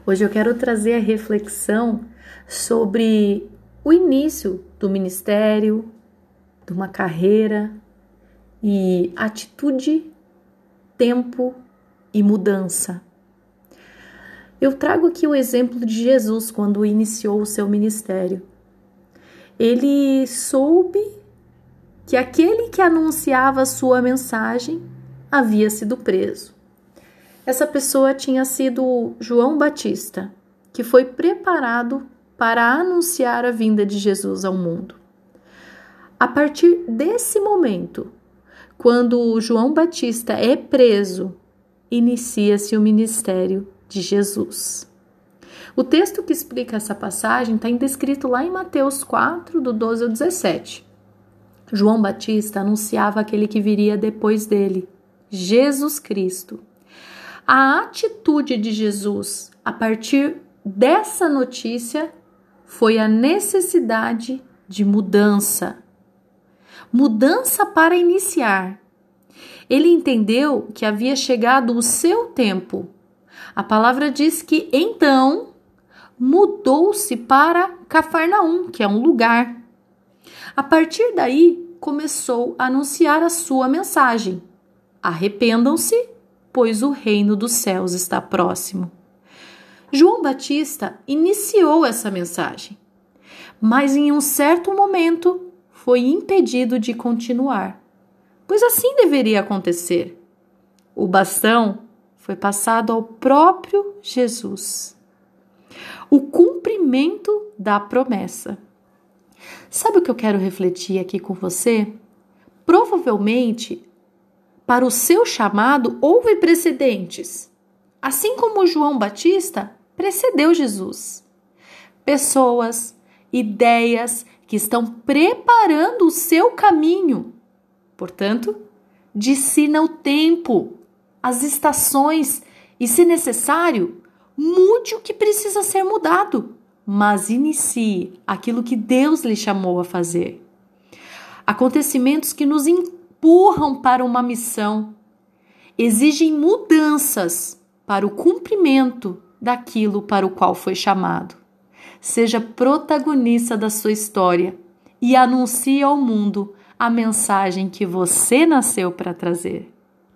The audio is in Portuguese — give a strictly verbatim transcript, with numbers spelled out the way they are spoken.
Hoje eu quero trazer a reflexão sobre o início do ministério, de uma carreira e atitude, tempo e mudança. Eu trago aqui o exemplo de Jesus quando iniciou o seu ministério. Ele soube que aquele que anunciava a sua mensagem havia sido preso. Essa pessoa tinha sido João Batista, que foi preparado para anunciar a vinda de Jesus ao mundo. A partir desse momento, quando João Batista é preso, inicia-se o ministério de Jesus. O texto que explica essa passagem está descrito lá em Mateus quatro, do doze ao dezessete. João Batista anunciava aquele que viria depois dele, Jesus Cristo. A atitude de Jesus, a partir dessa notícia, foi a necessidade de mudança. Mudança para iniciar. Ele entendeu que havia chegado o seu tempo. A palavra diz que, então, mudou-se para Cafarnaum, que é um lugar. A partir daí, começou a anunciar a sua mensagem. Arrependam-se, pois o reino dos céus está próximo. João Batista iniciou essa mensagem, mas em um certo momento foi impedido de continuar, pois assim deveria acontecer. O bastão foi passado ao próprio Jesus. O cumprimento da promessa. Sabe o que eu quero refletir aqui com você? Provavelmente, para o seu chamado, houve precedentes. Assim como João Batista precedeu Jesus. Pessoas, ideias que estão preparando o seu caminho. Portanto, discina o tempo, as estações e, se necessário, mude o que precisa ser mudado, mas inicie aquilo que Deus lhe chamou a fazer. Acontecimentos que nos empurram para uma missão, exigem mudanças para o cumprimento daquilo para o qual foi chamado. Seja protagonista da sua história e anuncie ao mundo a mensagem que você nasceu para trazer.